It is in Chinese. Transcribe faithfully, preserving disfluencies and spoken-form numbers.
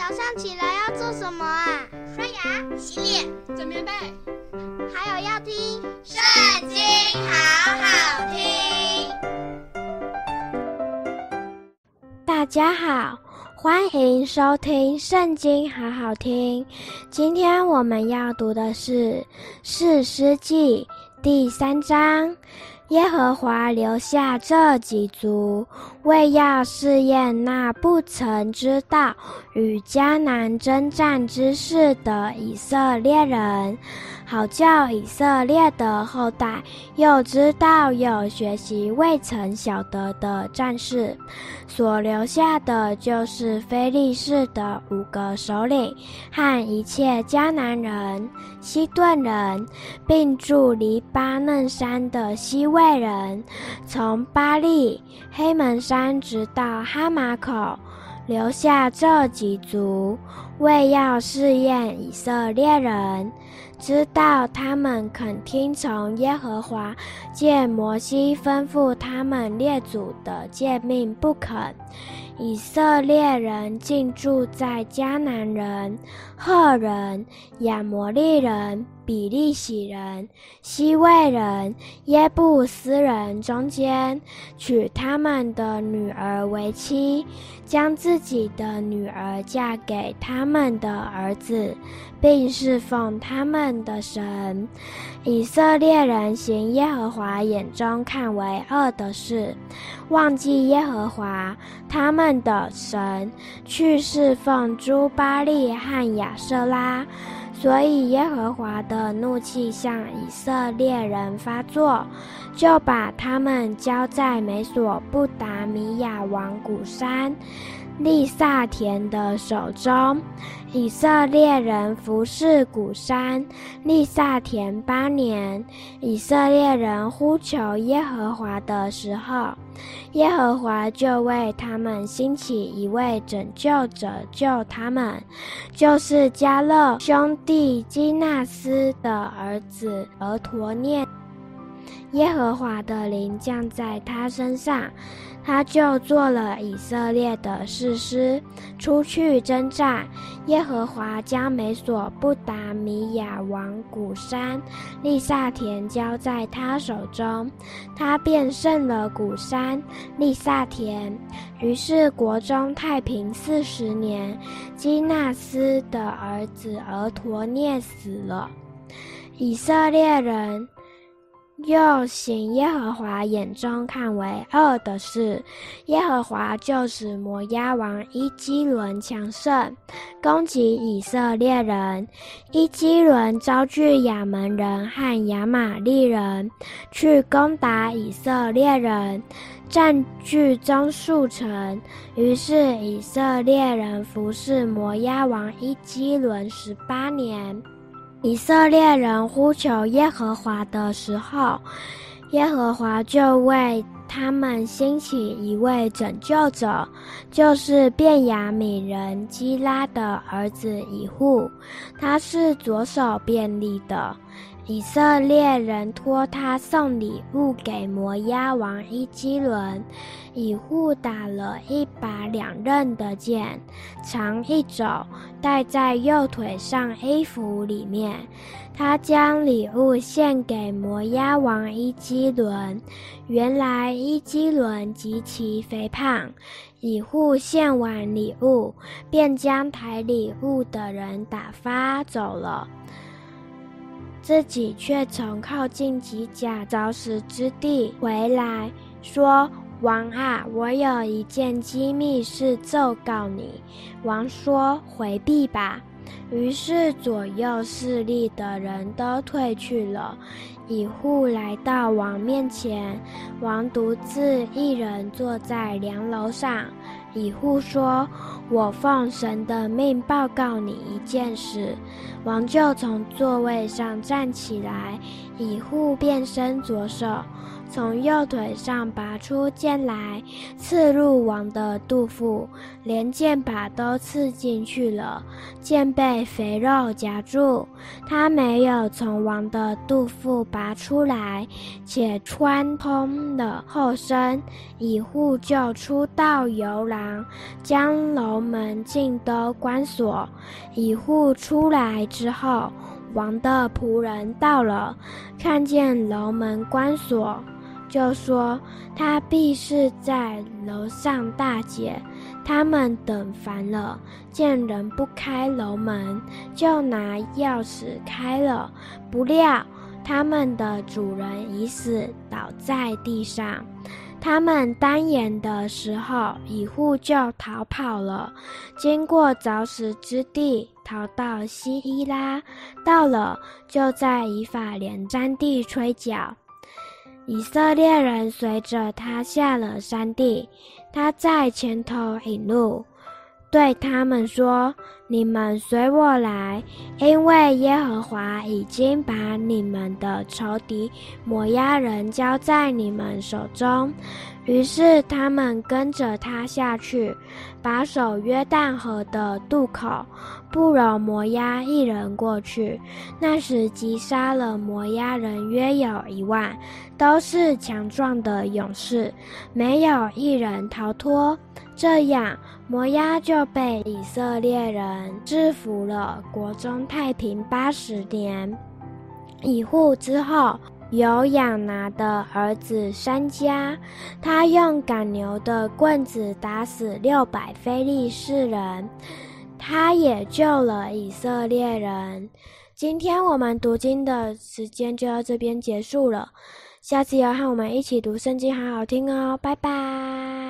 早上起来要做什么啊？ 刷牙、洗脸、 整棉被， 还有要听《 圣经》，好好听。 大家好，欢迎收听《圣经》，好好听。今天我们要读的是《士师记》第三章。耶和华留下这几族，为要试验那不曾知道与迦南征战之事的以色列人，好叫以色列的后代又知道又学习未曾晓得的战事。所留下的就是非利士的五个首领和一切迦南人、西顿人，并住黎巴嫩山的西魏人，从巴利、黑门山直到哈马口，留下这几族，为要试验以色列人，知道他们肯听从耶和华借摩西吩咐他们列祖的诫命不肯。以色列人竟住在迦南人、赫人、亚摩利人、比利洗人、西魏人、耶布斯人中间，娶他们的女儿为妻，将自己的女儿嫁给他们的儿子，并侍奉他们的神。以色列人行耶和华眼中看为恶的事，忘记耶和华他们的神，去侍奉诸巴力和亚舍拉，所以耶和华的怒气向以色列人发作，就把他们交在美索不达米亚王古珊利萨田的手中。以色列人服侍古珊利萨田八年。以色列人呼求耶和华的时候，耶和华就为他们兴起一位拯救者救他们，就是迦勒兄弟基纳斯的儿子俄陀涅。耶和华的灵降在他身上，他就做了以色列的士师，出去征战。耶和华将美索不达米亚王古珊利萨田交在他手中，他便胜了古珊利萨田。于是国中太平四十年，基纳斯的儿子俄陀涅死了。以色列人又行耶和华眼中看为恶的事，耶和华就使摩押王伊基伦强盛，攻击以色列人。伊基伦招聚亚门人和亚玛利人，去攻打以色列人，占据中数城。于是以色列人服侍摩押王伊基伦十八年。以色列人呼求耶和华的时候，耶和华就为他们兴起一位拯救者，就是便雅悯人基拉的儿子以户，他是左手便利的。以色列人托他送礼物给摩押王伊基伦，以户打了一把两刃的剑，长一肘，戴在右腿上衣服里面。他将礼物献给摩押王伊基伦。原来伊基伦极其肥胖，以户献完礼物，便将抬礼物的人打发走了，自己却从靠近吉甲凿石之地回来，说：王啊，我有一件机密事奏告你。王说：回避吧。于是左右势力的人都退去了。以户来到王面前，王独自一人坐在梁楼上。以户说：我奉神的命报告你一件事。王就从座位上站起来，以户便伸左手， 从右腿上拔出剑来，刺入王的肚腹，连剑把都刺进去了。剑被肥肉夹住，他没有从王的肚腹拔出来，且穿通了后身。以户就出到游廊，将楼门尽都关锁。以户出来之后，王的仆人到了，看见楼门关锁，就说他必是在楼上大姐。他们等烦了，见人不开楼门，就拿钥匙开了，不料他们的主人已死，倒在地上。他们单言的时候，以户就逃跑了，经过凿石之地，逃到西伊拉，到了就在以法莲山地吹角。以色列人随着他下了山地，他在前头引路，对他们说：你们随我来，因为耶和华已经把你们的仇敌摩押人交在你们手中。于是他们跟着他下去，把守约旦河的渡口，不容摩押一人过去。那时击杀了摩押人约有一万，都是强壮的勇士，没有一人逃脱。这样摩押就被以色列人制服了，国中太平八十年。以户之后有亚拿的儿子珊迦，他用赶牛的棍子打死六百非利士人，他也救了以色列人。今天我们读经的时间就到这边结束了，下次要和我们一起读圣经，好好听哦，拜拜。